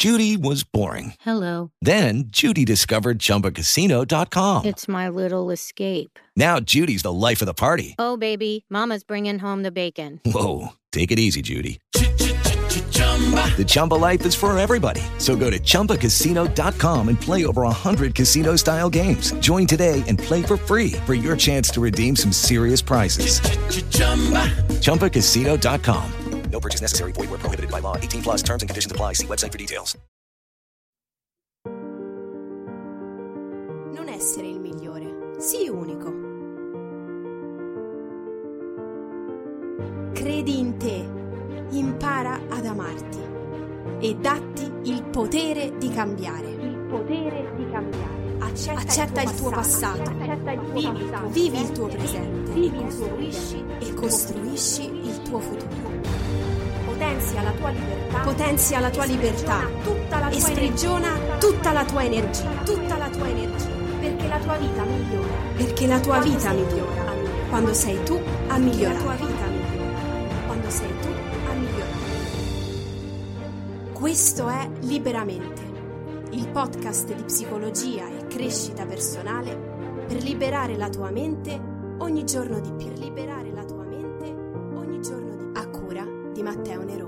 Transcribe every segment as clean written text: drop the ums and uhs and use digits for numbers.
Judy was boring. Hello. Then Judy discovered ChumbaCasino.com. It's my little escape. Now Judy's the life of the party. Oh, baby, mama's bringing home the bacon. Whoa, take it easy, Judy. The Chumba life is for everybody. So go to ChumbaCasino.com and play over 100 casino-style games. Join today and play for free for your chance to redeem some serious prizes. ChumbaCasino.com. No purchase necessary. Void where prohibited by law. 18 plus terms and conditions apply. See website for details. Non essere il migliore, sii unico. Credi in te, impara ad amarti e datti il potere di cambiare. Accetta il tuo passato, vivi il tuo presente e costruisci il tuo futuro. Potenzia la tua libertà e sprigiona tutta la tua energia, perché la tua vita migliora quando sei tu a migliorare. Questo è Liberamente, il podcast di psicologia e crescita personale per liberare la tua mente ogni giorno di più. A cura di Matteo Neroni.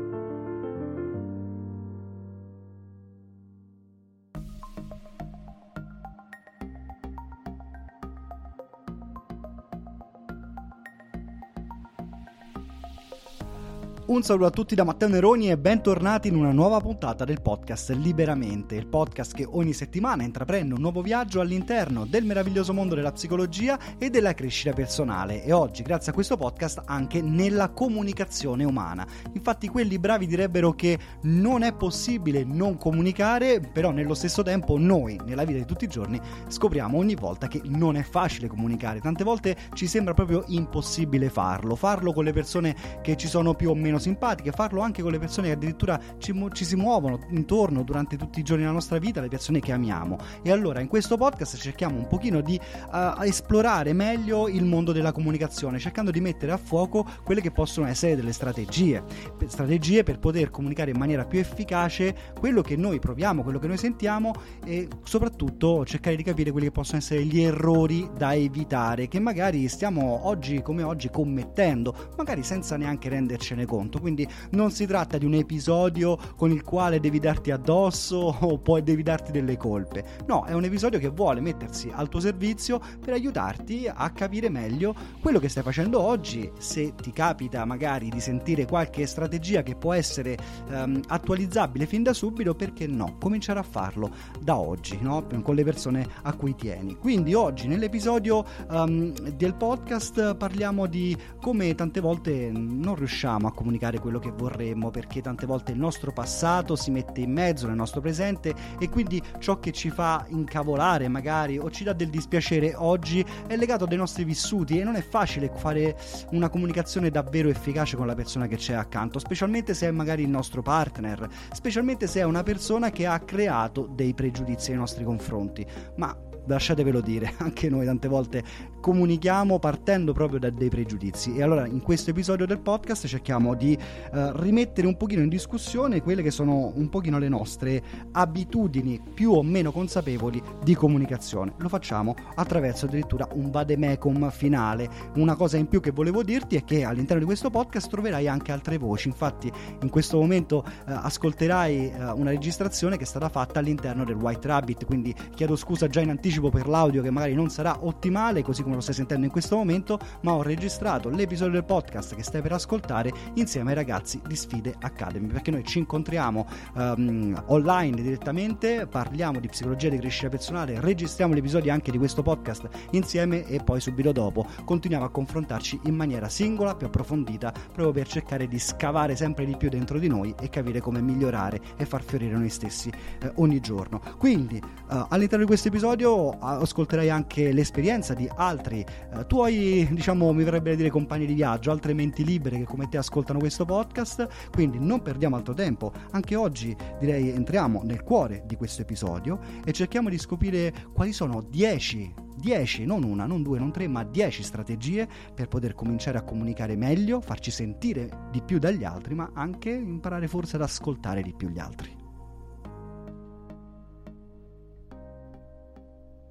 Un saluto a tutti da Matteo Neroni e bentornati in una nuova puntata del podcast Liberamente, il podcast che ogni settimana intraprende un nuovo viaggio all'interno del meraviglioso mondo della psicologia e della crescita personale, e oggi, grazie a questo podcast, anche nella comunicazione umana. Infatti quelli bravi direbbero che non è possibile non comunicare, però nello stesso tempo noi, nella vita di tutti i giorni, scopriamo ogni volta che non è facile comunicare. Tante volte ci sembra proprio impossibile farlo con le persone che ci sono più o meno simpatiche, farlo anche con le persone che addirittura ci si muovono intorno durante tutti i giorni della nostra vita, le persone che amiamo. E allora in questo podcast cerchiamo un pochino di esplorare meglio il mondo della comunicazione, cercando di mettere a fuoco quelle che possono essere delle strategie per poter comunicare in maniera più efficace quello che noi proviamo, quello che noi sentiamo, e soprattutto cercare di capire quelli che possono essere gli errori da evitare, che magari stiamo oggi come oggi commettendo, magari senza neanche rendercene conto. Quindi non si tratta di un episodio con il quale devi darti addosso o poi devi darti delle colpe. No, è un episodio che vuole mettersi al tuo servizio per aiutarti a capire meglio quello che stai facendo oggi. Se ti capita magari di sentire qualche strategia che può essere attualizzabile fin da subito, perché no? Cominciare a farlo da oggi, no? Con le persone a cui tieni. Quindi oggi nell'episodio del podcast parliamo di come tante volte non riusciamo a comunicare quello che vorremmo, perché tante volte il nostro passato si mette in mezzo nel nostro presente e quindi ciò che ci fa incavolare magari o ci dà del dispiacere oggi è legato a dei nostri vissuti, e non è facile fare una comunicazione davvero efficace con la persona che c'è accanto, specialmente se è magari il nostro partner, specialmente se è una persona che ha creato dei pregiudizi nei nostri confronti. Ma lasciatevelo dire, anche noi tante volte comunichiamo partendo proprio da dei pregiudizi. E allora in questo episodio del podcast cerchiamo di rimettere un pochino in discussione quelle che sono un pochino le nostre abitudini più o meno consapevoli di comunicazione. Lo facciamo attraverso addirittura un vademecum finale. Una cosa in più che volevo dirti è che all'interno di questo podcast troverai anche altre voci. Infatti in questo momento ascolterai una registrazione che è stata fatta all'interno del White Rabbit, quindi chiedo scusa già in anticipo per l'audio che magari non sarà ottimale così come lo stai sentendo in questo momento, ma ho registrato l'episodio del podcast che stai per ascoltare insieme ai ragazzi di Sfide Academy, perché noi ci incontriamo online direttamente, parliamo di psicologia e di crescita personale, registriamo gli episodi anche di questo podcast insieme e poi subito dopo continuiamo a confrontarci in maniera singola, più approfondita, proprio per cercare di scavare sempre di più dentro di noi e capire come migliorare e far fiorire noi stessi ogni giorno. Quindi all'interno di questo episodio ascolterai anche l'esperienza di altri tuoi, diciamo, mi verrebbe da dire compagni di viaggio, altre menti libere che come te ascoltano questo podcast. Quindi non perdiamo altro tempo, anche oggi direi entriamo nel cuore di questo episodio e cerchiamo di scoprire quali sono 10, non una, non due, non tre, ma 10 strategie per poter cominciare a comunicare meglio, farci sentire di più dagli altri, ma anche imparare forse ad ascoltare di più gli altri.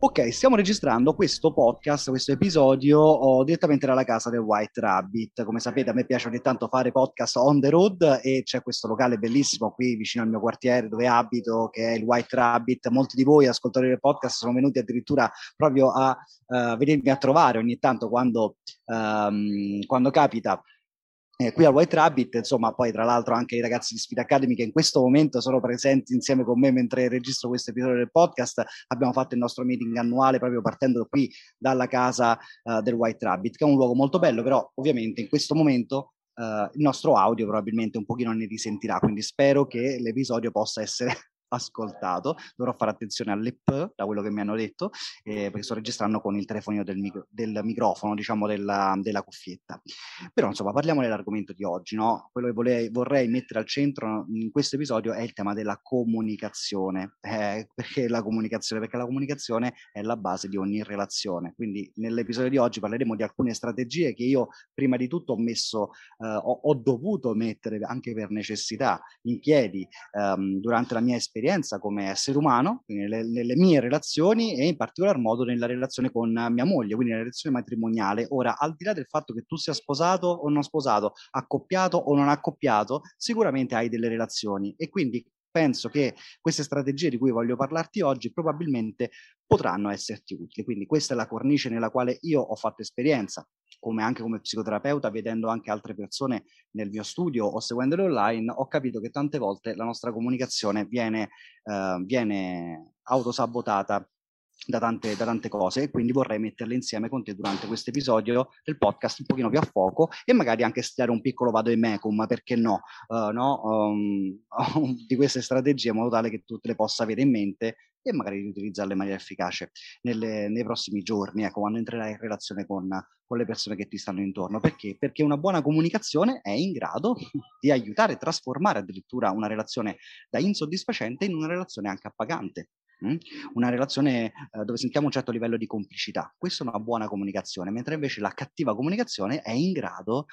Ok, stiamo registrando questo podcast, questo episodio direttamente dalla casa del White Rabbit. Come sapete, a me piace ogni tanto fare podcast on the road e c'è questo locale bellissimo qui vicino al mio quartiere dove abito, che è il White Rabbit. Molti di voi ascoltatori del podcast sono venuti addirittura proprio a venirmi a trovare ogni tanto quando capita. Qui al White Rabbit, insomma, poi tra l'altro anche i ragazzi di Speed Academy che in questo momento sono presenti insieme con me mentre registro questo episodio del podcast. Abbiamo fatto il nostro meeting annuale proprio partendo qui dalla casa del White Rabbit, che è un luogo molto bello, però ovviamente in questo momento il nostro audio probabilmente un pochino ne risentirà, quindi spero che l'episodio possa essere ascoltato. Dovrò fare attenzione alle P, da quello che mi hanno detto, perché sto registrando con il telefonino del microfono, diciamo della cuffietta. Però insomma parliamo dell'argomento di oggi, no? Quello che vorrei mettere al centro in questo episodio è il tema della comunicazione. Perché la comunicazione? Perché la comunicazione è la base di ogni relazione. Quindi nell'episodio di oggi parleremo di alcune strategie che io prima di tutto ho dovuto mettere anche per necessità in piedi durante la mia esperienza come essere umano, quindi nelle mie relazioni e in particolar modo nella relazione con mia moglie, quindi nella relazione matrimoniale. Ora, al di là del fatto che tu sia sposato o non sposato, accoppiato o non accoppiato, sicuramente hai delle relazioni e quindi penso che queste strategie di cui voglio parlarti oggi probabilmente potranno esserti utili. Quindi questa è la cornice nella quale io ho fatto esperienza, anche come psicoterapeuta, vedendo anche altre persone nel mio studio o seguendole online, ho capito che tante volte la nostra comunicazione viene autosabotata da tante cose, e quindi vorrei metterle insieme con te durante questo episodio del podcast un pochino più a fuoco e magari anche studiare un piccolo vademecum, perché no, di queste strategie, in modo tale che tu te le possa avere in mente e magari riutilizzarle in maniera efficace nei prossimi giorni, ecco, quando entrerai in relazione con le persone che ti stanno intorno. Perché? Perché una buona comunicazione è in grado di aiutare e trasformare addirittura una relazione da insoddisfacente in una relazione anche appagante. Una relazione dove sentiamo un certo livello di complicità. Questa è una buona comunicazione, mentre invece la cattiva comunicazione è in grado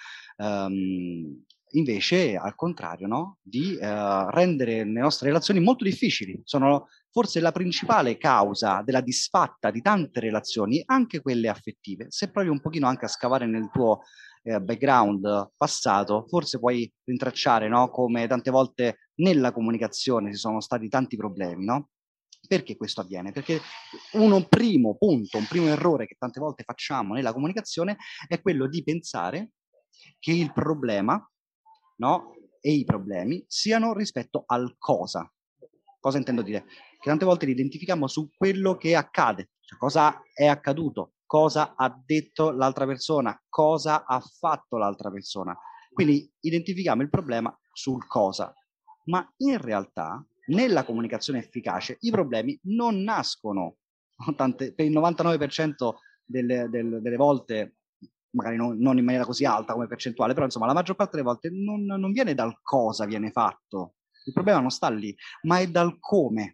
invece, al contrario, no? Di rendere le nostre relazioni molto difficili. Sono forse la principale causa della disfatta di tante relazioni, anche quelle affettive. Se provi un pochino anche a scavare nel tuo background passato, forse puoi rintracciare, no? Come tante volte nella comunicazione ci sono stati tanti problemi, no? Perché questo avviene? Perché un primo errore che tante volte facciamo nella comunicazione è quello di pensare che il problema, no, e i problemi siano rispetto al cosa. Cosa intendo dire? Che tante volte li identifichiamo su quello che accade, cioè cosa è accaduto, cosa ha detto l'altra persona, cosa ha fatto l'altra persona. Quindi identifichiamo il problema sul cosa, ma in realtà nella comunicazione efficace i problemi non nascono, per il 99% delle volte, magari non in maniera così alta come percentuale, però insomma la maggior parte delle volte non viene dal cosa viene fatto. Il problema non sta lì, ma è dal come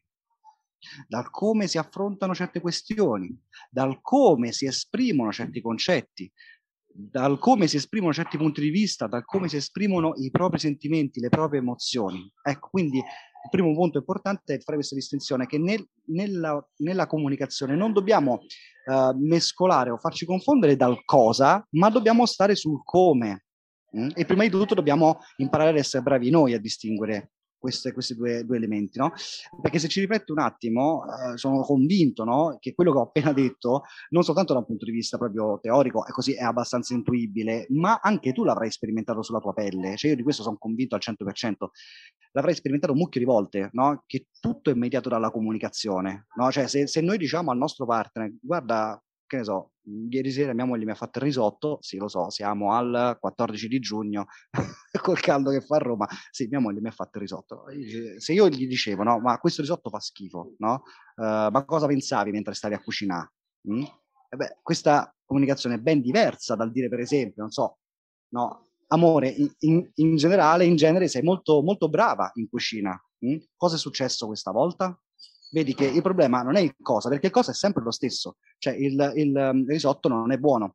si affrontano certe questioni, dal come si esprimono certi concetti, dal come si esprimono certi punti di vista, dal come si esprimono i propri sentimenti, le proprie emozioni. Ecco, quindi il primo punto importante è fare questa distinzione, che nella comunicazione non dobbiamo mescolare o farci confondere dal cosa, ma dobbiamo stare sul come. E prima di tutto dobbiamo imparare ad essere bravi noi a distinguere questi due elementi, no? Perché se ci rifletto un attimo, sono convinto, no, che quello che ho appena detto, non soltanto da un punto di vista proprio teorico, è così, è abbastanza intuibile, ma anche tu l'avrai sperimentato sulla tua pelle. Cioè io di questo sono convinto al 100%. L'avrai sperimentato un mucchio di volte, no? Che tutto è mediato dalla comunicazione, no? Cioè se noi diciamo al nostro partner, guarda, che ne so, ieri sera mia moglie mi ha fatto il risotto, sì lo so, siamo al 14 di giugno, col caldo che fa a Roma, sì, mia moglie mi ha fatto il risotto. Se io gli dicevo, no, ma questo risotto fa schifo, no? Ma cosa pensavi mentre stavi a cucinare? Questa comunicazione è ben diversa dal dire, per esempio, non so, no, amore, in generale, in genere sei molto, molto brava in cucina. Cosa è successo questa volta? Vedi che il problema non è il cosa, perché il cosa è sempre lo stesso, cioè il risotto non è buono,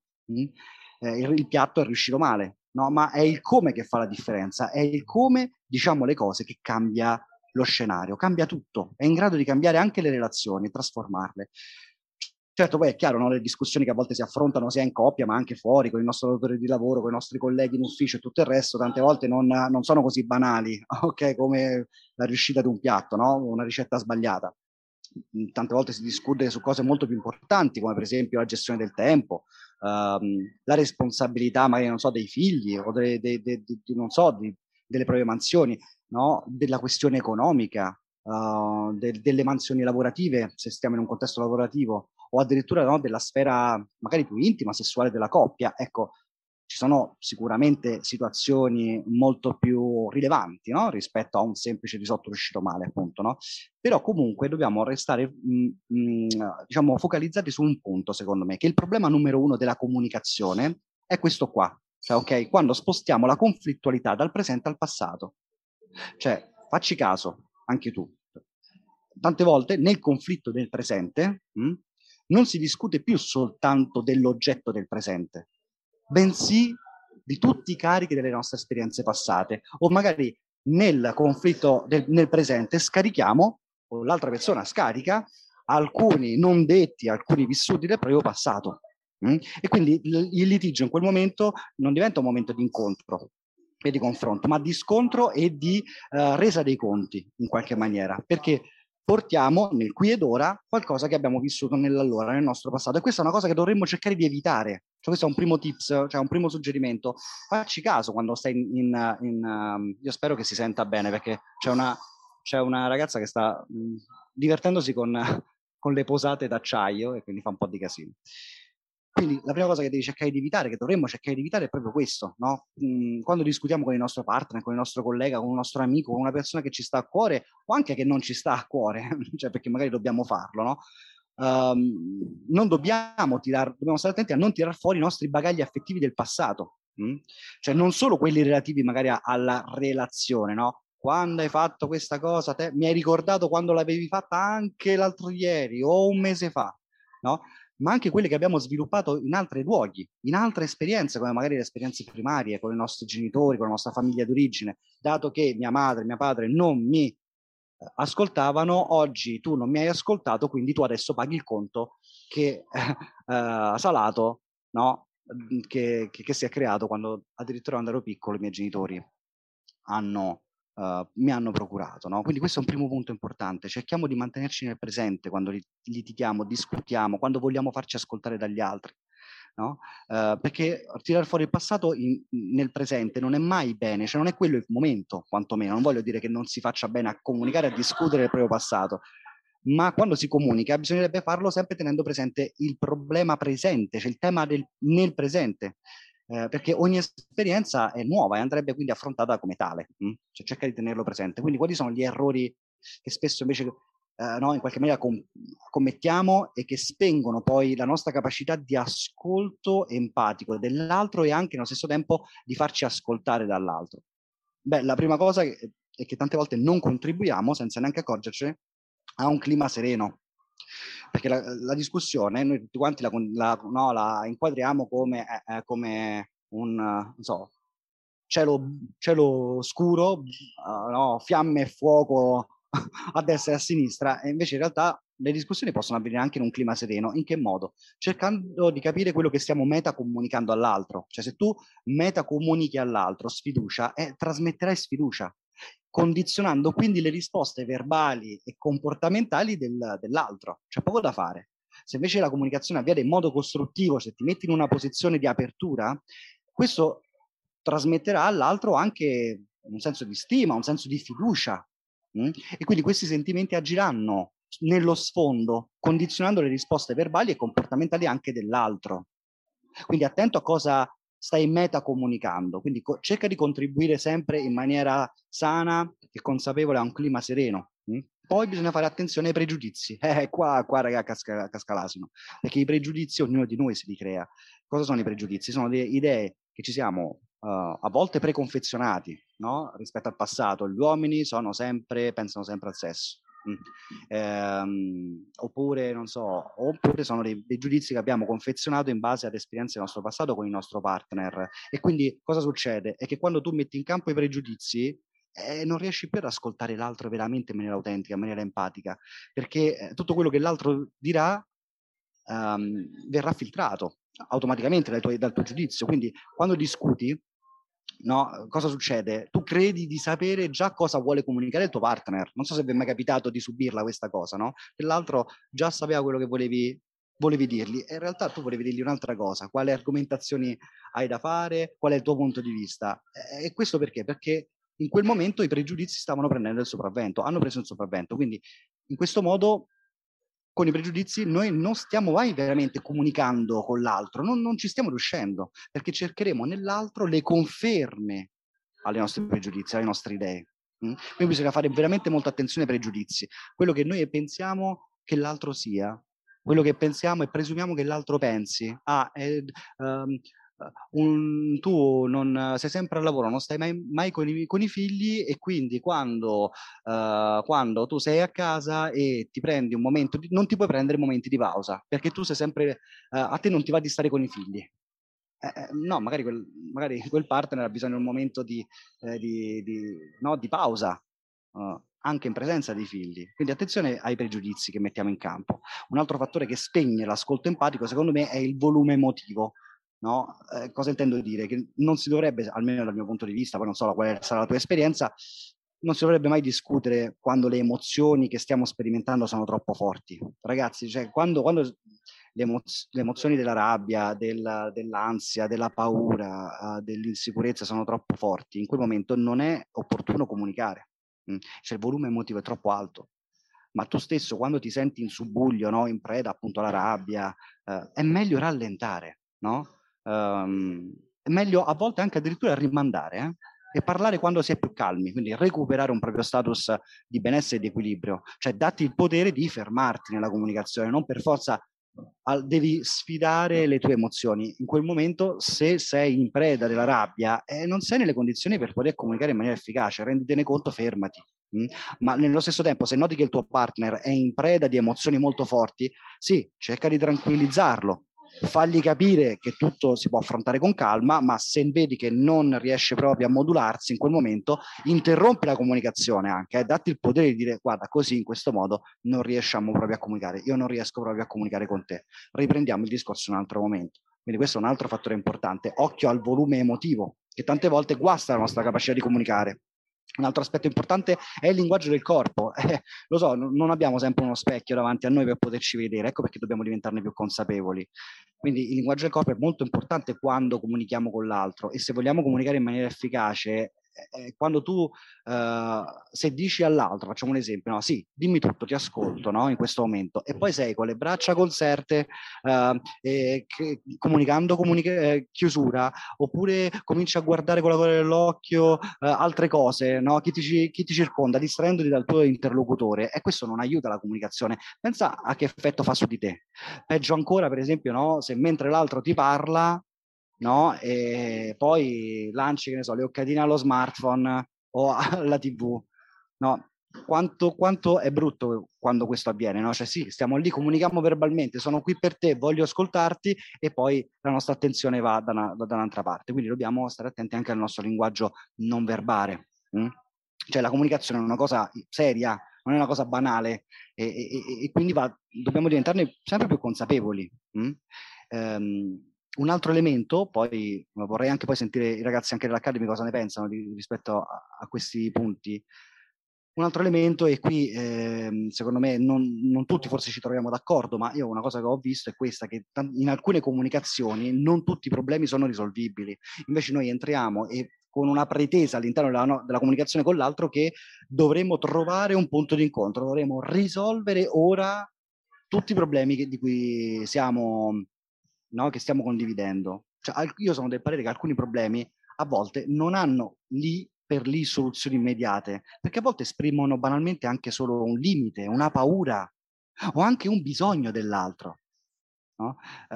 il piatto è riuscito male, no? Ma è il come che fa la differenza, è il come diciamo le cose che cambia lo scenario, cambia tutto, è in grado di cambiare anche le relazioni, trasformarle. Certo, poi è chiaro, no? Le discussioni che a volte si affrontano sia in coppia, ma anche fuori, con il nostro datore di lavoro, con i nostri colleghi in ufficio e tutto il resto, tante volte non sono così banali, ok? Come la riuscita di un piatto, no? Una ricetta sbagliata. Tante volte si discute su cose molto più importanti, come per esempio la gestione del tempo, la responsabilità magari, non so, dei figli o non so, delle proprie mansioni, no? Della questione economica, delle mansioni lavorative, se stiamo in un contesto lavorativo, o addirittura, no, della sfera magari più intima, sessuale della coppia. Ecco, ci sono sicuramente situazioni molto più rilevanti, no? Rispetto a un semplice risotto uscito male, appunto, no? Però comunque dobbiamo restare, diciamo, focalizzati su un punto, secondo me, che il problema numero uno della comunicazione è questo qua. Cioè, ok, quando spostiamo la conflittualità dal presente al passato. Cioè, facci caso, anche tu. Tante volte nel conflitto del presente non si discute più soltanto dell'oggetto del presente, bensì di tutti i carichi delle nostre esperienze passate, o magari nel conflitto nel presente scarichiamo, o l'altra persona scarica, alcuni non detti, alcuni vissuti del proprio passato. E quindi il litigio in quel momento non diventa un momento di incontro e di confronto, ma di scontro e di resa dei conti in qualche maniera, perché portiamo nel qui ed ora qualcosa che abbiamo vissuto nell'allora, nel nostro passato, e questa è una cosa che dovremmo cercare di evitare. Cioè, questo è un primo tips, cioè un primo suggerimento. Facci caso quando stai io spero che si senta bene, perché c'è una ragazza che sta divertendosi con le posate d'acciaio e quindi fa un po' di casino. Quindi la prima cosa che devi cercare di evitare, che dovremmo cercare di evitare, è proprio questo, no? Quando discutiamo con il nostro partner, con il nostro collega, con un nostro amico, con una persona che ci sta a cuore o anche che non ci sta a cuore, cioè perché magari dobbiamo farlo, no? Non dobbiamo stare attenti a non tirar fuori i nostri bagagli affettivi del passato, cioè non solo quelli relativi magari alla relazione, no? Quando hai fatto questa cosa, mi hai ricordato quando l'avevi fatta anche l'altro ieri o un mese fa, no? Ma anche quelle che abbiamo sviluppato in altri luoghi, in altre esperienze, come magari le esperienze primarie con i nostri genitori, con la nostra famiglia d'origine. Dato che mia madre e mio padre non mi ascoltavano, oggi tu non mi hai ascoltato, quindi tu adesso paghi il conto che salato, no? Che si è creato quando addirittura quando ero piccolo i miei genitori mi hanno procurato, no? Quindi questo è un primo punto importante. Cerchiamo di mantenerci nel presente quando litighiamo, discutiamo, quando vogliamo farci ascoltare dagli altri, no? Perché tirare fuori il passato nel presente non è mai bene, cioè non è quello il momento, quantomeno. Non voglio dire che non si faccia bene a comunicare, a discutere del proprio passato, ma quando si comunica bisognerebbe farlo sempre tenendo presente il problema presente, cioè il tema nel presente. Perché ogni esperienza è nuova e andrebbe quindi affrontata come tale, cioè cerca di tenerlo presente. Quindi quali sono gli errori che spesso invece no, in qualche maniera commettiamo e che spengono poi la nostra capacità di ascolto empatico dell'altro e anche nello stesso tempo di farci ascoltare dall'altro? Beh, la prima cosa è che tante volte non contribuiamo, senza neanche accorgerci, a un clima sereno. Perché la discussione noi tutti quanti la inquadriamo come un, non so, cielo scuro, no, fiamme e fuoco a destra e a sinistra, e invece in realtà le discussioni possono avvenire anche in un clima sereno. In che modo? Cercando di capire quello che stiamo metacomunicando all'altro. Cioè, se tu metacomunichi all'altro sfiducia, trasmetterai sfiducia, condizionando quindi le risposte verbali e comportamentali dell'altro. C'è poco da fare. Se invece la comunicazione avviene in modo costruttivo, se ti metti in una posizione di apertura, questo trasmetterà all'altro anche un senso di stima, un senso di fiducia. E quindi questi sentimenti agiranno nello sfondo, condizionando le risposte verbali e comportamentali anche dell'altro. Quindi attento a cosa stai metacomunicando, quindi cerca di contribuire sempre in maniera sana e consapevole a un clima sereno. Poi bisogna fare attenzione ai pregiudizi. Qua raga, casca l'asino, perché i pregiudizi ognuno di noi se li crea. Cosa sono i pregiudizi? Sono delle idee che ci siamo a volte preconfezionati, no? Rispetto al passato. Gli uomini pensano sempre al sesso. Oppure non so, oppure sono dei giudizi che abbiamo confezionato in base ad esperienze del nostro passato con il nostro partner. E quindi cosa succede? È che quando tu metti in campo i pregiudizi non riesci più ad ascoltare l'altro veramente in maniera autentica, in maniera empatica, perché tutto quello che l'altro dirà verrà filtrato automaticamente dal tuo giudizio. Quindi quando discuti, no, cosa succede? Tu credi di sapere già cosa vuole comunicare il tuo partner. Non so se vi è mai capitato di subirla questa cosa, no? Che l'altro già sapeva quello che volevi dirgli, e in realtà tu volevi dirgli un'altra cosa. Quali argomentazioni hai da fare? Qual è il tuo punto di vista? E questo perché? Perché in quel momento i pregiudizi stavano prendendo il sopravvento, hanno preso il sopravvento. Quindi in questo modo, con i pregiudizi, noi non stiamo mai veramente comunicando con l'altro, non ci stiamo riuscendo, perché cercheremo nell'altro le conferme alle nostre pregiudizi, alle nostre idee. Quindi bisogna fare veramente molta attenzione ai pregiudizi. Quello che noi pensiamo che l'altro sia, quello che pensiamo e presumiamo che l'altro pensi. Tu non sei sempre al lavoro, non stai mai con i figli, e quindi quando tu sei a casa e ti prendi un momento, non ti puoi prendere momenti di pausa, perché tu sei sempre, a te non ti va di stare con i figli. No, magari quel partner ha bisogno di un momento di pausa, anche in presenza dei figli. Quindi attenzione ai pregiudizi che mettiamo in campo. Un altro fattore che spegne l'ascolto empatico, secondo me, è il volume emotivo. No? Cosa intendo dire? Che non si dovrebbe, almeno dal mio punto di vista, poi non so quale sarà la tua esperienza, non si dovrebbe mai discutere quando le emozioni che stiamo sperimentando sono troppo forti. Ragazzi, cioè, quando le emozioni della rabbia, dell'ansia, della paura, dell'insicurezza sono troppo forti, in quel momento non è opportuno comunicare. Cioè il volume emotivo è troppo alto. Ma tu stesso, quando ti senti in subbuglio, no? In preda appunto alla rabbia, è meglio rallentare, no? È meglio a volte anche addirittura rimandare, e parlare quando si è più calmi, quindi recuperare un proprio status di benessere e di equilibrio, cioè datti il potere di fermarti nella comunicazione, non per forza devi sfidare le tue emozioni. In quel momento, se sei in preda della rabbia, non sei nelle condizioni per poter comunicare in maniera efficace, renditene conto, fermati. Ma nello stesso tempo, se noti che il tuo partner è in preda di emozioni molto forti, sì, cerca di tranquillizzarlo, fagli capire che tutto si può affrontare con calma, ma se vedi che non riesce proprio a modularsi in quel momento, interrompi la comunicazione anche, datti il potere di dire: guarda, così in questo modo non riusciamo proprio a comunicare, io non riesco proprio a comunicare con te, riprendiamo il discorso in un altro momento. Quindi questo è un altro fattore importante. Occhio al volume emotivo, che tante volte guasta la nostra capacità di comunicare. Un altro aspetto importante è il linguaggio del corpo. Lo so, non abbiamo sempre uno specchio davanti a noi per poterci vedere, ecco perché dobbiamo diventarne più consapevoli. Quindi il linguaggio del corpo è molto importante quando comunichiamo con l'altro, e se vogliamo comunicare in maniera efficace, quando tu, se dici all'altro, facciamo un esempio, no? Sì, dimmi tutto, ti ascolto, no? In questo momento, e poi sei con le braccia conserte, comunicando chiusura, oppure cominci a guardare con la coda dell'occhio altre cose, no? Chi ti circonda, distraendoti dal tuo interlocutore, e questo non aiuta la comunicazione. Pensa a che effetto fa su di te. Peggio ancora, per esempio, no? Se mentre l'altro ti parla, no? E poi lanci, che ne so, le occhiatine allo smartphone o alla TV, no? Quanto è brutto quando questo avviene, no? Cioè sì, stiamo lì, comunichiamo verbalmente, sono qui per te, voglio ascoltarti, e poi la nostra attenzione va da un'altra parte. Quindi dobbiamo stare attenti anche al nostro linguaggio non verbale. Cioè la comunicazione è una cosa seria, non è una cosa banale, e quindi dobbiamo diventarne sempre più consapevoli. Un altro elemento, poi vorrei anche poi sentire i ragazzi anche dell'Academy cosa ne pensano rispetto a questi punti. Un altro elemento, e qui secondo me non tutti forse ci troviamo d'accordo, ma io una cosa che ho visto è questa, che in alcune comunicazioni non tutti i problemi sono risolvibili. Invece noi entriamo e con una pretesa all'interno della comunicazione con l'altro che dovremmo trovare un punto di incontro, dovremmo risolvere ora tutti i problemi di cui siamo, no, che stiamo condividendo. Cioè, io sono del parere che alcuni problemi a volte non hanno lì per lì soluzioni immediate, perché a volte esprimono banalmente anche solo un limite, una paura o anche un bisogno dell'altro, no?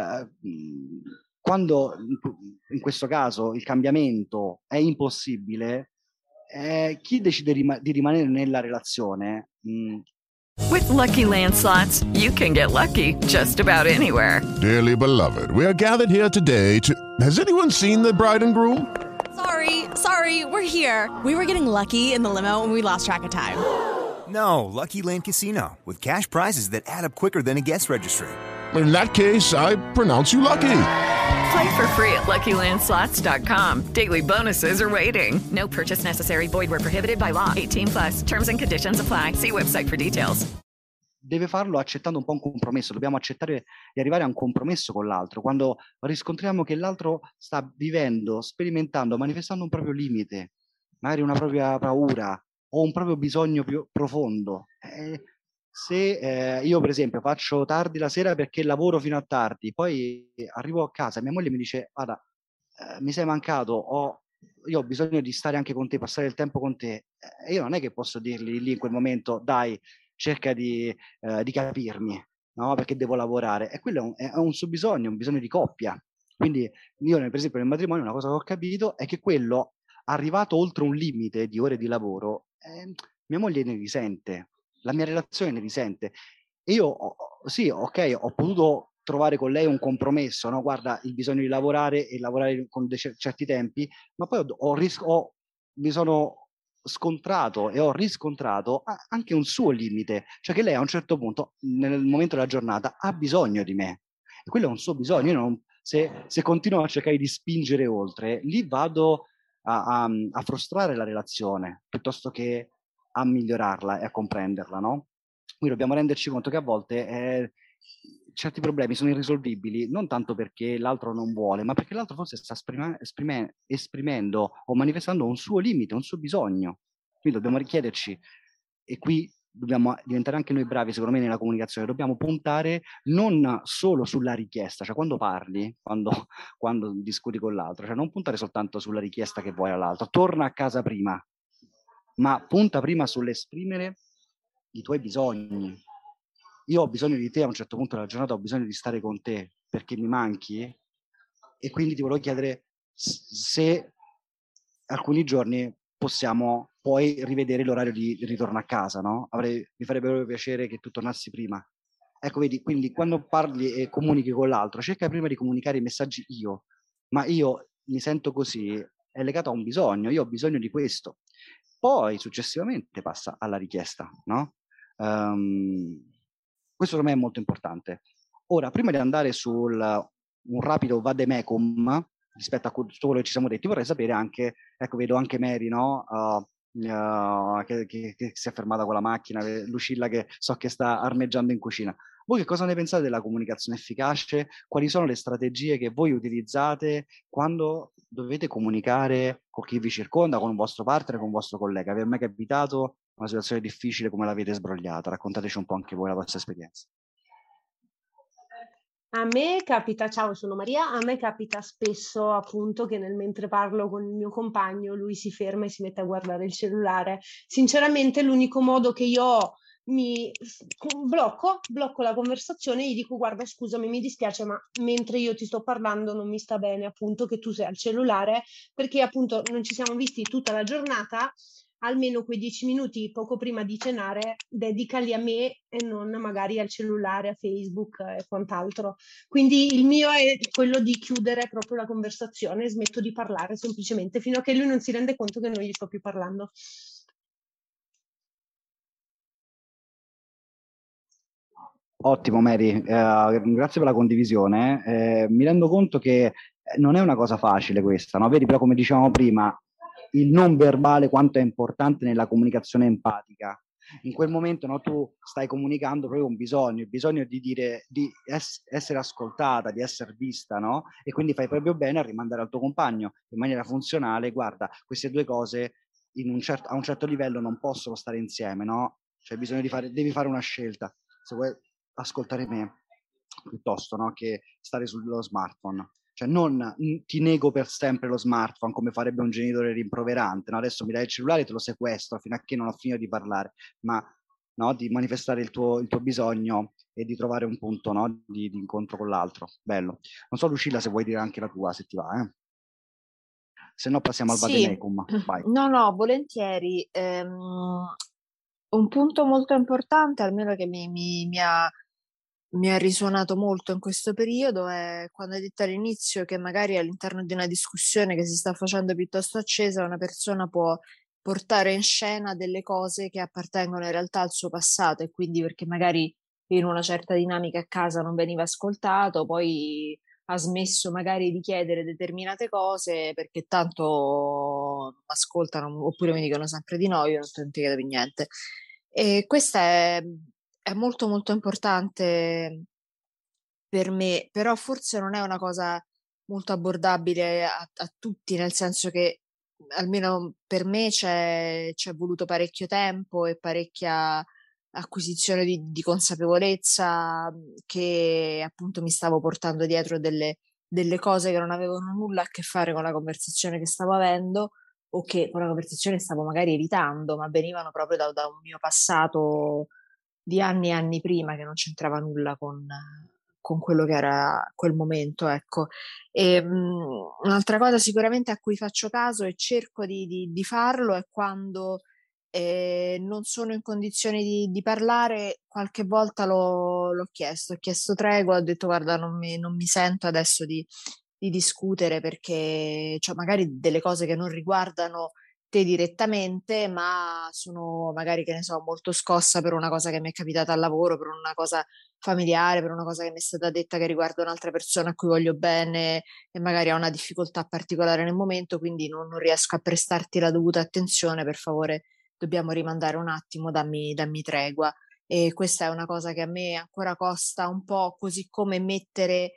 Quando in questo caso il cambiamento è impossibile, chi decide di rimanere nella relazione? With Lucky Land Slots, you can get lucky just about anywhere. Dearly beloved, we are gathered here today to... Has anyone seen the bride and groom? Sorry, we're here. We were getting lucky in the limo and we lost track of time. No, Lucky Land Casino, with cash prizes that add up quicker than a guest registry. In that case, I pronounce you lucky. Play for free at LuckyLandSlots.com. Daily bonuses are waiting. No purchase necessary. Void where prohibited by law. 18 plus. Terms and conditions apply. See website for details. Deve farlo accettando un po' un compromesso, dobbiamo accettare di arrivare a un compromesso con l'altro, quando riscontriamo che l'altro sta vivendo, sperimentando, manifestando un proprio limite, magari una propria paura o un proprio bisogno più profondo. Se io per esempio faccio tardi la sera perché lavoro fino a tardi, poi arrivo a casa e mia moglie mi dice guarda, mi sei mancato, io ho bisogno di stare anche con te, passare il tempo con te, e io non è che posso dirgli lì in quel momento dai, cerca di capirmi, no? Perché devo lavorare. E quello è un suo bisogno, un bisogno di coppia. Quindi io, per esempio, nel matrimonio, una cosa che ho capito è che quello, arrivato oltre un limite di ore di lavoro, mia moglie ne risente, la mia relazione ne risente. E io, sì, ok, ho potuto trovare con lei un compromesso, no? Guarda, il bisogno di lavorare e lavorare con certi tempi, ma poi mi sono scontrato e ho riscontrato anche un suo limite, cioè che lei a un certo punto, nel momento della giornata, ha bisogno di me. E quello è un suo bisogno. Io se continuo a cercare di spingere oltre, lì vado a frustrare la relazione, piuttosto che a migliorarla e a comprenderla, no? Quindi dobbiamo renderci conto che a volte certi problemi sono irrisolvibili, non tanto perché l'altro non vuole, ma perché l'altro forse sta esprimendo o manifestando un suo limite, un suo bisogno. Quindi dobbiamo richiederci, e qui dobbiamo diventare anche noi bravi, secondo me, nella comunicazione, dobbiamo puntare non solo sulla richiesta, cioè quando parli, quando discuti con l'altro, cioè non puntare soltanto sulla richiesta che vuoi all'altro, torna a casa prima, ma punta prima sull'esprimere i tuoi bisogni. Io ho bisogno di te a un certo punto della giornata, ho bisogno di stare con te perché mi manchi, e quindi ti volevo chiedere se alcuni giorni possiamo poi rivedere l'orario di ritorno a casa, no? Mi farebbe proprio piacere che tu tornassi prima. Ecco, vedi, quindi quando parli e comunichi con l'altro, cerca prima di comunicare i messaggi ma io mi sento così, è legato a un bisogno, io ho bisogno di questo. Poi successivamente passa alla richiesta, no? Questo per me è molto importante. Ora, prima di andare su un rapido vademecum rispetto a tutto quello che ci siamo detti, vorrei sapere anche, ecco, vedo anche Mary, no? Che si è fermata con la macchina, Lucilla che so che sta armeggiando in cucina. Voi che cosa ne pensate della comunicazione efficace? Quali sono le strategie che voi utilizzate quando dovete comunicare con chi vi circonda, con un vostro partner, con un vostro collega? Vi è mai capitato una situazione difficile, come l'avete sbrogliata? Raccontateci un po' anche voi la vostra esperienza. A me capita, ciao, sono Maria, a me capita spesso appunto che mentre parlo con il mio compagno lui si ferma e si mette a guardare il cellulare. Sinceramente l'unico modo che io ho, blocco la conversazione e gli dico guarda scusami mi dispiace ma mentre io ti sto parlando non mi sta bene appunto che tu sei al cellulare perché appunto non ci siamo visti tutta la giornata, almeno quei 10 minuti poco prima di cenare dedicali a me e non magari al cellulare, a Facebook e quant'altro. Quindi il mio è quello di chiudere proprio la conversazione, smetto di parlare semplicemente fino a che lui non si rende conto che non gli sto più parlando. Ottimo Mary, grazie per la condivisione. Mi rendo conto che non è una cosa facile questa, no? Vedi, però come dicevamo prima, il non verbale quanto è importante nella comunicazione empatica. In quel momento, no, tu stai comunicando proprio un bisogno, il bisogno di dire, di essere ascoltata, di essere vista, no? E quindi fai proprio bene a rimandare al tuo compagno in maniera funzionale, guarda, queste due cose a un certo livello non possono stare insieme, no? Cioè devi fare una scelta, se vuoi ascoltare me, piuttosto, no, che stare sullo smartphone. Cioè non ti nego per sempre lo smartphone come farebbe un genitore rimproverante, no? Adesso mi dai il cellulare e te lo sequestro fino a che non ho finito di parlare, ma no, di manifestare il tuo bisogno e di trovare un punto, no, di incontro con l'altro. Bello. Non so Lucilla se vuoi dire anche la tua, se ti va, eh? Se no passiamo al vademecum. Vai. No, volentieri. Un punto molto importante, almeno che mi ha risuonato molto in questo periodo, è quando hai detto all'inizio che magari all'interno di una discussione che si sta facendo piuttosto accesa, una persona può portare in scena delle cose che appartengono in realtà al suo passato, e quindi perché magari in una certa dinamica a casa non veniva ascoltato, poi ha smesso magari di chiedere determinate cose perché tanto non ascoltano oppure mi dicono sempre di no, io non ti chiedo più niente. E questa è molto molto importante per me, però forse non è una cosa molto abbordabile a tutti, nel senso che almeno per me c'è voluto parecchio tempo e parecchia acquisizione di consapevolezza che appunto mi stavo portando dietro delle cose che non avevano nulla a che fare con la conversazione che stavo avendo o che con la conversazione stavo magari evitando, ma venivano proprio da un mio passato di anni e anni prima che non c'entrava nulla con quello che era quel momento, ecco. E, un'altra cosa sicuramente a cui faccio caso e cerco di farlo è quando non sono in condizioni di parlare, qualche volta l'ho chiesto, ho chiesto tregua, ho detto guarda non mi sento adesso di discutere perché cioè, magari delle cose che non riguardano te direttamente, ma sono magari, che ne so, molto scossa per una cosa che mi è capitata al lavoro, per una cosa familiare, per una cosa che mi è stata detta che riguarda un'altra persona a cui voglio bene e magari ha una difficoltà particolare nel momento, quindi non riesco a prestarti la dovuta attenzione, per favore, dobbiamo rimandare un attimo, dammi tregua. E questa è una cosa che a me ancora costa un po', così come mettere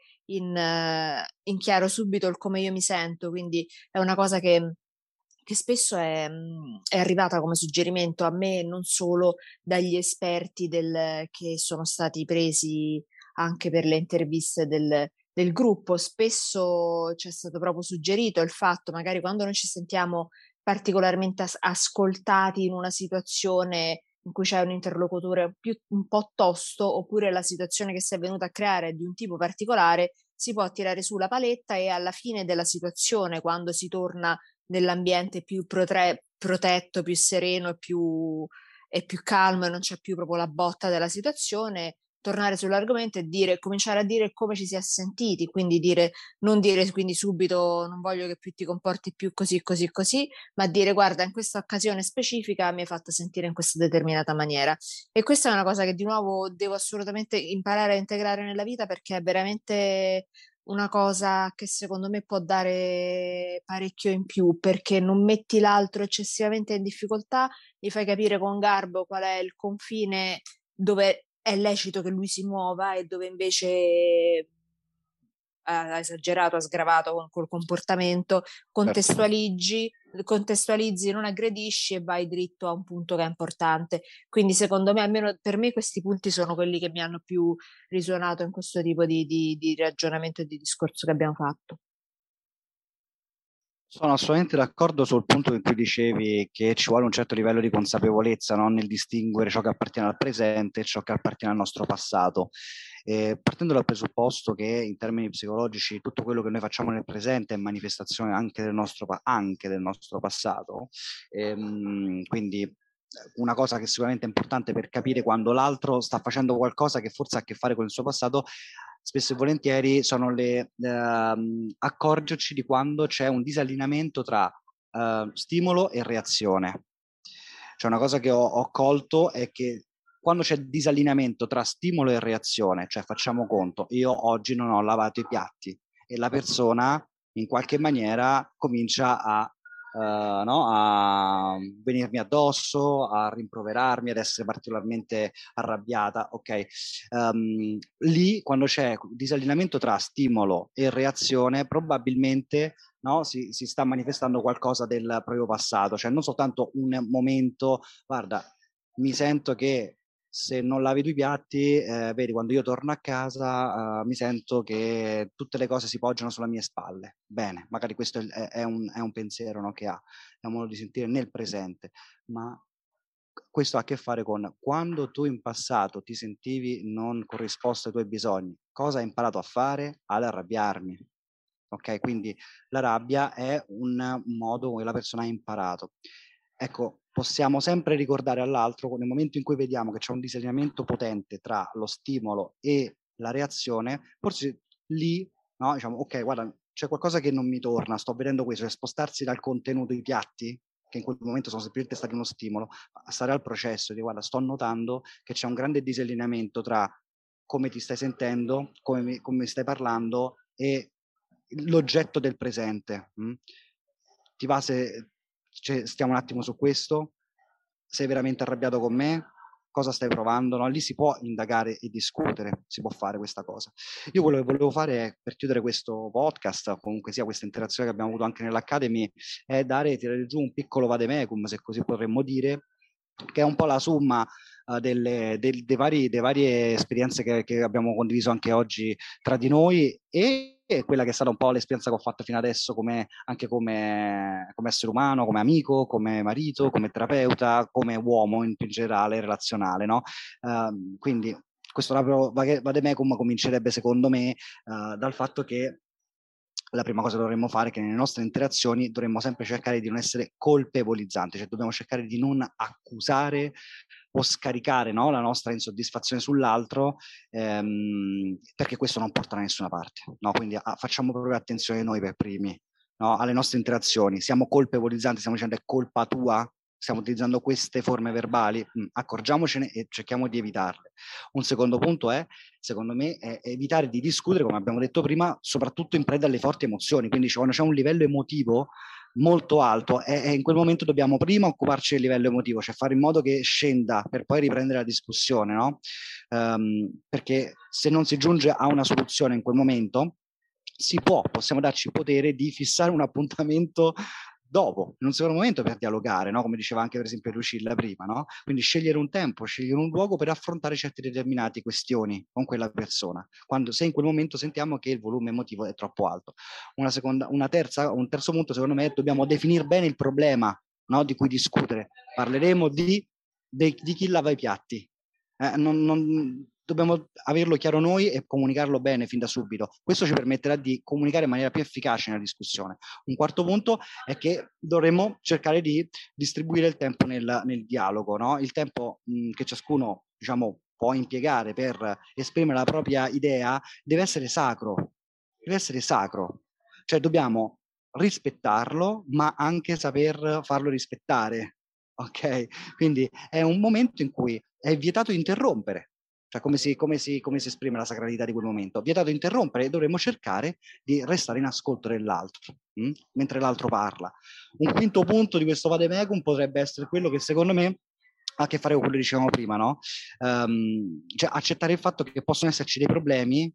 in chiaro subito il come io mi sento, quindi è una cosa che spesso è arrivata come suggerimento a me, non solo dagli esperti che sono stati presi anche per le interviste del gruppo. Spesso ci è stato proprio suggerito il fatto, magari quando non ci sentiamo particolarmente ascoltati in una situazione in cui c'è un interlocutore un po' tosto, oppure la situazione che si è venuta a creare è di un tipo particolare, si può tirare su la paletta e alla fine della situazione, quando si torna nell'ambiente più protetto, più sereno e più calmo e non c'è più proprio la botta della situazione, tornare sull'argomento e cominciare a dire come ci si è sentiti, quindi non dire quindi subito non voglio che più ti comporti più così, così, così, ma dire guarda, in questa occasione specifica mi hai fatto sentire in questa determinata maniera. E questa è una cosa che di nuovo devo assolutamente imparare a integrare nella vita perché è veramente una cosa che secondo me può dare parecchio in più, perché non metti l'altro eccessivamente in difficoltà, gli fai capire con garbo qual è il confine dove è lecito che lui si muova e dove invece ha esagerato, ha sgravato col comportamento, contestualizzi, non aggredisci e vai dritto a un punto che è importante. Quindi secondo me, almeno per me, questi punti sono quelli che mi hanno più risuonato in questo tipo di ragionamento e di discorso che abbiamo fatto. Sono assolutamente d'accordo sul punto in cui dicevi che ci vuole un certo livello di consapevolezza, no? Nel distinguere ciò che appartiene al presente e ciò che appartiene al nostro passato. Partendo dal presupposto che in termini psicologici tutto quello che noi facciamo nel presente è manifestazione anche del nostro passato, quindi una cosa che sicuramente è importante per capire quando l'altro sta facendo qualcosa che forse ha a che fare con il suo passato, spesso e volentieri sono accorgerci di quando c'è un disallineamento tra stimolo e reazione. Cioè una cosa che ho colto è che quando c'è disallineamento tra stimolo e reazione, cioè facciamo conto, io oggi non ho lavato i piatti e la persona in qualche maniera comincia a venirmi addosso, a rimproverarmi, ad essere particolarmente arrabbiata, ok? Lì, quando c'è disallineamento tra stimolo e reazione, probabilmente si sta manifestando qualcosa del proprio passato, cioè non soltanto un momento, guarda, mi sento che se non lavi i piatti, vedi, quando io torno a casa mi sento che tutte le cose si poggiano sulle mie spalle. Bene, magari questo è un pensiero, no, che ha, è un modo di sentire nel presente, ma questo ha a che fare con quando tu in passato ti sentivi non corrisposto ai tuoi bisogni, cosa hai imparato a fare? Ad arrabbiarmi. Ok, quindi la rabbia è un modo come la persona ha imparato. Ecco, possiamo sempre ricordare all'altro, nel momento in cui vediamo che c'è un disallineamento potente tra lo stimolo e la reazione, forse lì, diciamo, ok, guarda, c'è qualcosa che non mi torna, sto vedendo questo, cioè spostarsi dal contenuto ai piatti, che in quel momento sono semplicemente stati uno stimolo, stare al processo di guarda, sto notando che c'è un grande disallineamento tra come ti stai sentendo, come stai parlando e l'oggetto del presente. Ti va se stiamo un attimo su questo? Sei veramente arrabbiato con me? Cosa stai provando? No? Lì si può indagare e discutere, si può fare questa cosa. Io quello che volevo fare è, per chiudere questo podcast, o comunque sia questa interazione che abbiamo avuto anche nell'Academy, è tirare giù un piccolo vademecum, se così potremmo dire, che è un po' la somma delle varie esperienze che abbiamo condiviso anche oggi tra di noi e quella che è stata un po' l'esperienza che ho fatto fino adesso anche come essere umano, come amico, come marito, come terapeuta, come uomo in più generale relazionale, no? Quindi questo vademecum comincerebbe secondo me dal fatto che la prima cosa che dovremmo fare è che nelle nostre interazioni dovremmo sempre cercare di non essere colpevolizzanti, cioè dobbiamo cercare di non accusare o scaricare, no, la nostra insoddisfazione sull'altro, perché questo non porta da nessuna parte. No? Quindi facciamo proprio attenzione noi per primi, no? Alle nostre interazioni. Siamo colpevolizzanti, stiamo dicendo è colpa tua? Stiamo utilizzando queste forme verbali? Accorgiamocene e cerchiamo di evitarle. Un secondo punto è, secondo me, è evitare di discutere, come abbiamo detto prima, soprattutto in preda alle forti emozioni. Quindi quando c'è un livello emotivo molto alto e in quel momento dobbiamo prima occuparci del livello emotivo, cioè fare in modo che scenda per poi riprendere la discussione, no? Perché se non si giunge a una soluzione in quel momento, possiamo darci il potere di fissare un appuntamento dopo, in un secondo momento per dialogare, no? Come diceva anche per esempio Lucilla prima, no? Quindi scegliere un tempo, scegliere un luogo per affrontare certe determinate questioni con quella persona, se in quel momento sentiamo che il volume emotivo è troppo alto. Un terzo punto secondo me è dobbiamo definire bene il problema, no? Di cui discutere. Parleremo di chi lava i piatti. Dobbiamo averlo chiaro noi e comunicarlo bene fin da subito. Questo ci permetterà di comunicare in maniera più efficace nella discussione. Un quarto punto è che dovremo cercare di distribuire il tempo nel dialogo, no? Il tempo che ciascuno, diciamo, può impiegare per esprimere la propria idea deve essere sacro. Deve essere sacro. Cioè dobbiamo rispettarlo, ma anche saper farlo rispettare. Ok? Quindi è un momento in cui è vietato interrompere. Cioè come si esprime la sacralità di quel momento? Vietato interrompere e dovremmo cercare di restare in ascolto dell'altro, mentre l'altro parla. Un quinto punto di questo vademecum potrebbe essere quello che secondo me ha a che fare con quello che dicevamo prima, no? Cioè accettare il fatto che possono esserci dei problemi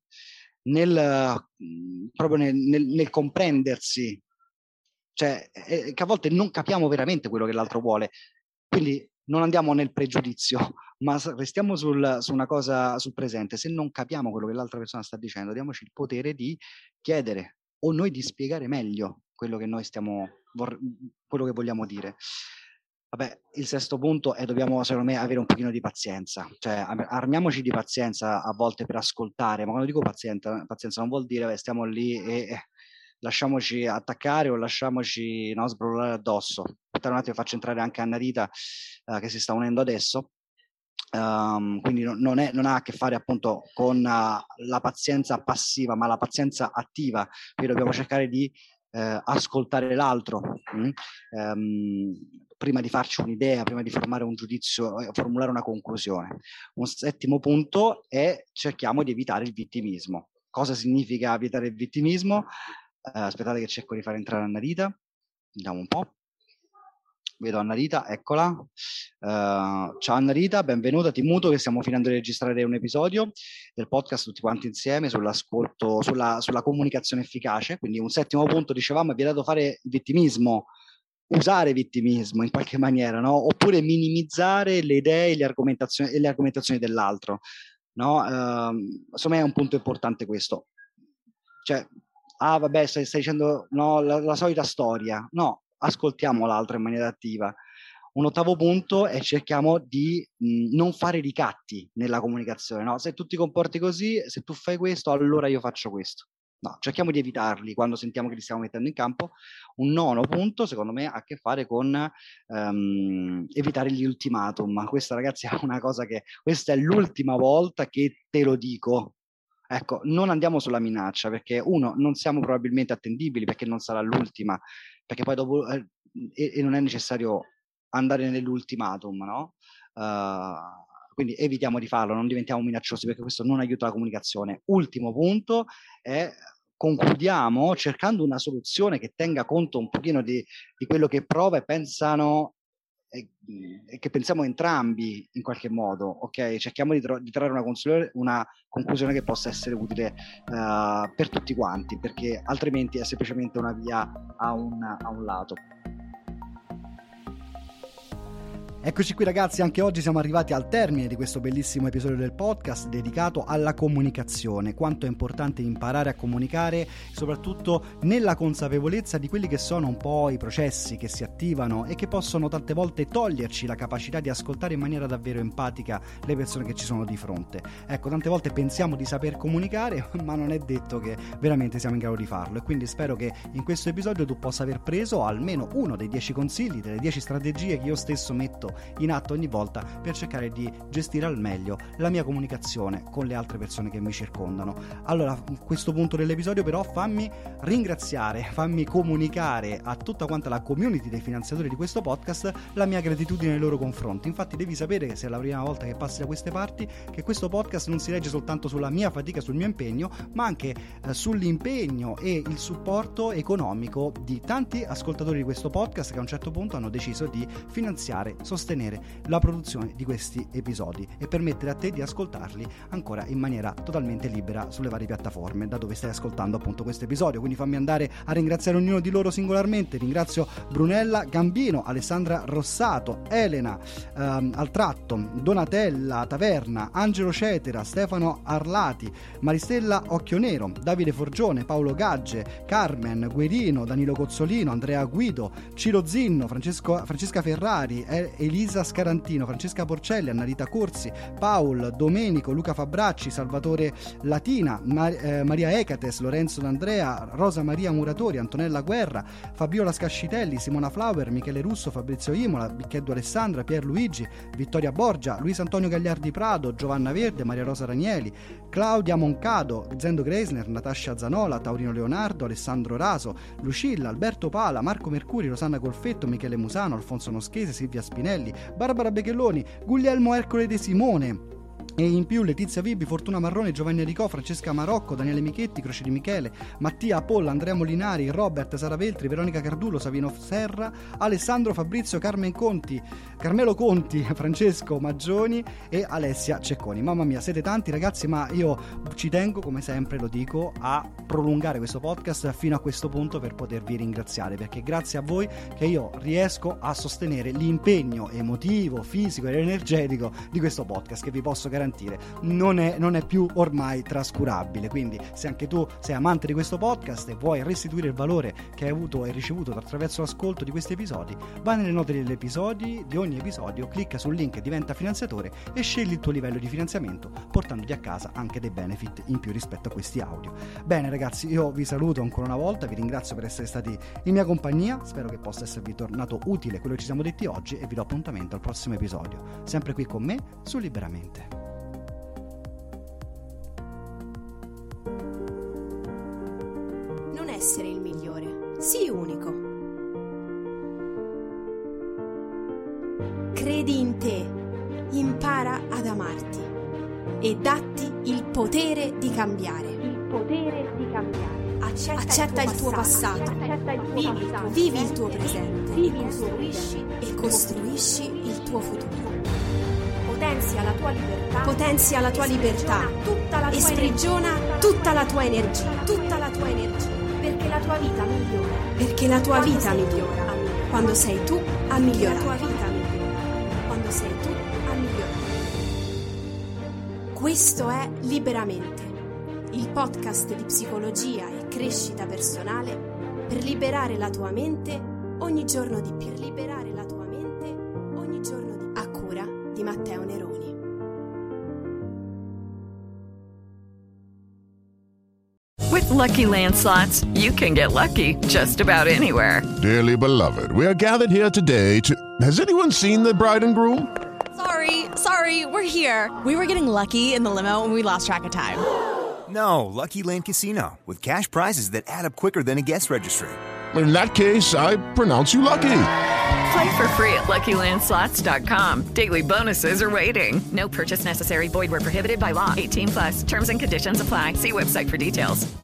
proprio nel comprendersi, cioè che a volte non capiamo veramente quello che l'altro vuole. Quindi non andiamo nel pregiudizio, ma restiamo su una cosa sul presente. Se non capiamo quello che l'altra persona sta dicendo, diamoci il potere di chiedere o noi di spiegare meglio quello che noi quello che vogliamo dire. Vabbè, il sesto punto è dobbiamo, secondo me, avere un pochino di pazienza. Cioè, armiamoci di pazienza a volte per ascoltare, ma quando dico pazienza non vuol dire stiamo lì e lasciamoci attaccare o lasciamoci sbrollare addosso. Aspetta un attimo, faccio entrare anche Annarita che si sta unendo adesso. Quindi non ha a che fare appunto con la pazienza passiva, ma la pazienza attiva. Quindi dobbiamo cercare di ascoltare l'altro prima di farci un'idea, prima di formare un giudizio, formulare una conclusione. Un settimo punto è cerchiamo di evitare il vittimismo. Cosa significa evitare il vittimismo? Aspettate che cerco di fare entrare Annarita, vediamo un po'. Vedo Annarita, eccola. Ciao Annarita, benvenuta, ti muto che stiamo finendo di registrare un episodio del podcast tutti quanti insieme sull'ascolto, sulla comunicazione efficace. Quindi un settimo punto, dicevamo, è vietato fare insomma usare vittimismo in qualche maniera, no? Oppure minimizzare le idee e le argomentazioni dell'altro, no? Insomma è un punto importante questo. Cioè, vabbè, stai dicendo no, la solita storia. No, ascoltiamo l'altro in maniera attiva. Un ottavo punto è cerchiamo di non fare ricatti nella comunicazione, no? Se tu ti comporti così, se tu fai questo, allora io faccio questo. No, cerchiamo di evitarli quando sentiamo che li stiamo mettendo in campo. Un nono punto, secondo me, ha a che fare con evitare gli ultimatum. Questa, ragazzi, è una cosa questa è l'ultima volta che te lo dico. Ecco, non andiamo sulla minaccia, perché uno, non siamo probabilmente attendibili, perché non sarà l'ultima, perché poi dopo e non è necessario andare nell'ultimatum, no? Quindi evitiamo di farlo, non diventiamo minacciosi, perché questo non aiuta la comunicazione. Ultimo punto è: concludiamo cercando una soluzione che tenga conto un pochino di quello che prova e pensano e che pensiamo entrambi in qualche modo, ok? Cerchiamo di trarre una conclusione che possa essere utile per tutti quanti, perché altrimenti è semplicemente una via a un lato. Eccoci qui ragazzi, anche oggi siamo arrivati al termine di questo bellissimo episodio del podcast dedicato alla comunicazione. Quanto è importante imparare a comunicare, soprattutto nella consapevolezza di quelli che sono un po' i processi che si attivano e che possono tante volte toglierci la capacità di ascoltare in maniera davvero empatica le persone che ci sono di fronte. Ecco, tante volte pensiamo di saper comunicare, ma non è detto che veramente siamo in grado di farlo, e quindi spero che in questo episodio tu possa aver preso almeno uno dei 10 consigli, delle 10 strategie che io stesso metto in atto ogni volta per cercare di gestire al meglio la mia comunicazione con le altre persone che mi circondano. Allora, a questo punto dell'episodio però fammi comunicare a tutta quanta la community dei finanziatori di questo podcast la mia gratitudine nei loro confronti. Infatti devi sapere che se è la prima volta che passi da queste parti, che questo podcast non si regge soltanto sulla mia fatica, sul mio impegno, ma anche sull'impegno e il supporto economico di tanti ascoltatori di questo podcast che a un certo punto hanno deciso di finanziare, sostenere la produzione di questi episodi e permettere a te di ascoltarli ancora in maniera totalmente libera sulle varie piattaforme da dove stai ascoltando appunto questo episodio. Quindi fammi andare a ringraziare ognuno di loro singolarmente. Ringrazio Brunella Gambino, Alessandra Rossato, Elena Altratto, Donatella Taverna, Angelo Cetera, Stefano Arlati, Maristella Occhionero, Davide Forgione, Paolo Gagge, Carmen Guerino, Danilo Cozzolino, Andrea Guido, Ciro Zinno, Francesca Ferrari, Elisa Scarantino, Francesca Porcelli, Annarita Corsi, Paul, Domenico, Luca Fabracci, Salvatore Latina, Maria Ecates, Lorenzo D'Andrea, Rosa Maria Muratori, Antonella Guerra, Fabiola Scascitelli, Simona Flower, Michele Russo, Fabrizio Imola, Bicchetto Alessandra, Pierluigi, Vittoria Borgia, Luis Antonio Gagliardi Prado, Giovanna Verde, Maria Rosa Ranieli, Claudia Moncado, Zendo Greisner, Natascia Zanola, Taurino Leonardo, Alessandro Raso, Lucilla, Alberto Pala, Marco Mercuri, Rosanna Colfetto, Michele Musano, Alfonso Noschese, Silvia Spinelli, Barbara Bechelloni, Guglielmo Ercole De Simone, e in più Letizia Vibi, Fortuna Marrone, Giovanni Enricò, Francesca Marocco, Daniele Michetti, Croce di Michele, Mattia Apolla, Andrea Molinari, Robert, Sara Veltri, Veronica Cardulo, Savino Serra, Alessandro Fabrizio, Carmelo Conti, Francesco Maggioni e Alessia Cecconi. Mamma mia, siete tanti ragazzi, ma io ci tengo, come sempre lo dico, a prolungare questo podcast fino a questo punto per potervi ringraziare, perché grazie a voi che io riesco a sostenere l'impegno emotivo, fisico ed energetico di questo podcast, che vi posso garantire non è più ormai trascurabile. Quindi se anche tu sei amante di questo podcast e vuoi restituire il valore che hai avuto e ricevuto attraverso l'ascolto di questi episodi, vai nelle note di ogni episodio, clicca sul link Diventa finanziatore e scegli il tuo livello di finanziamento, portandoti a casa anche dei benefit in più rispetto a questi audio. Bene ragazzi, io vi saluto ancora una volta, vi ringrazio per essere stati in mia compagnia, spero che possa esservi tornato utile quello che ci siamo detti oggi e vi do appuntamento al prossimo episodio, sempre qui con me su Liberamente. Non essere il migliore, sii unico. Credi in te, impara ad amarti e datti il potere di cambiare. Accetta il tuo passato, vivi il tuo presente e costruisci il tuo futuro. Potenzia la tua libertà e sprigiona tutta la tua energia, perché la tua vita migliora quando sei tu a migliorare. Questo è Liberamente, il podcast di psicologia e crescita personale per liberare la tua mente ogni giorno di più. A cura di Matteo Neroni. With Lucky Land Slots, you can get lucky just about anywhere. Dearly beloved, we are gathered here today to... Has anyone seen the bride and groom? Sorry, we're here. We were getting lucky in the limo and we lost track of time. No, Lucky Land Casino, with cash prizes that add up quicker than a guest registry. in that case, I pronounce you lucky. Play for free at LuckyLandSlots.com. Daily bonuses are waiting. No purchase necessary. Void where prohibited by law. 18+. Terms and conditions apply. See website for details.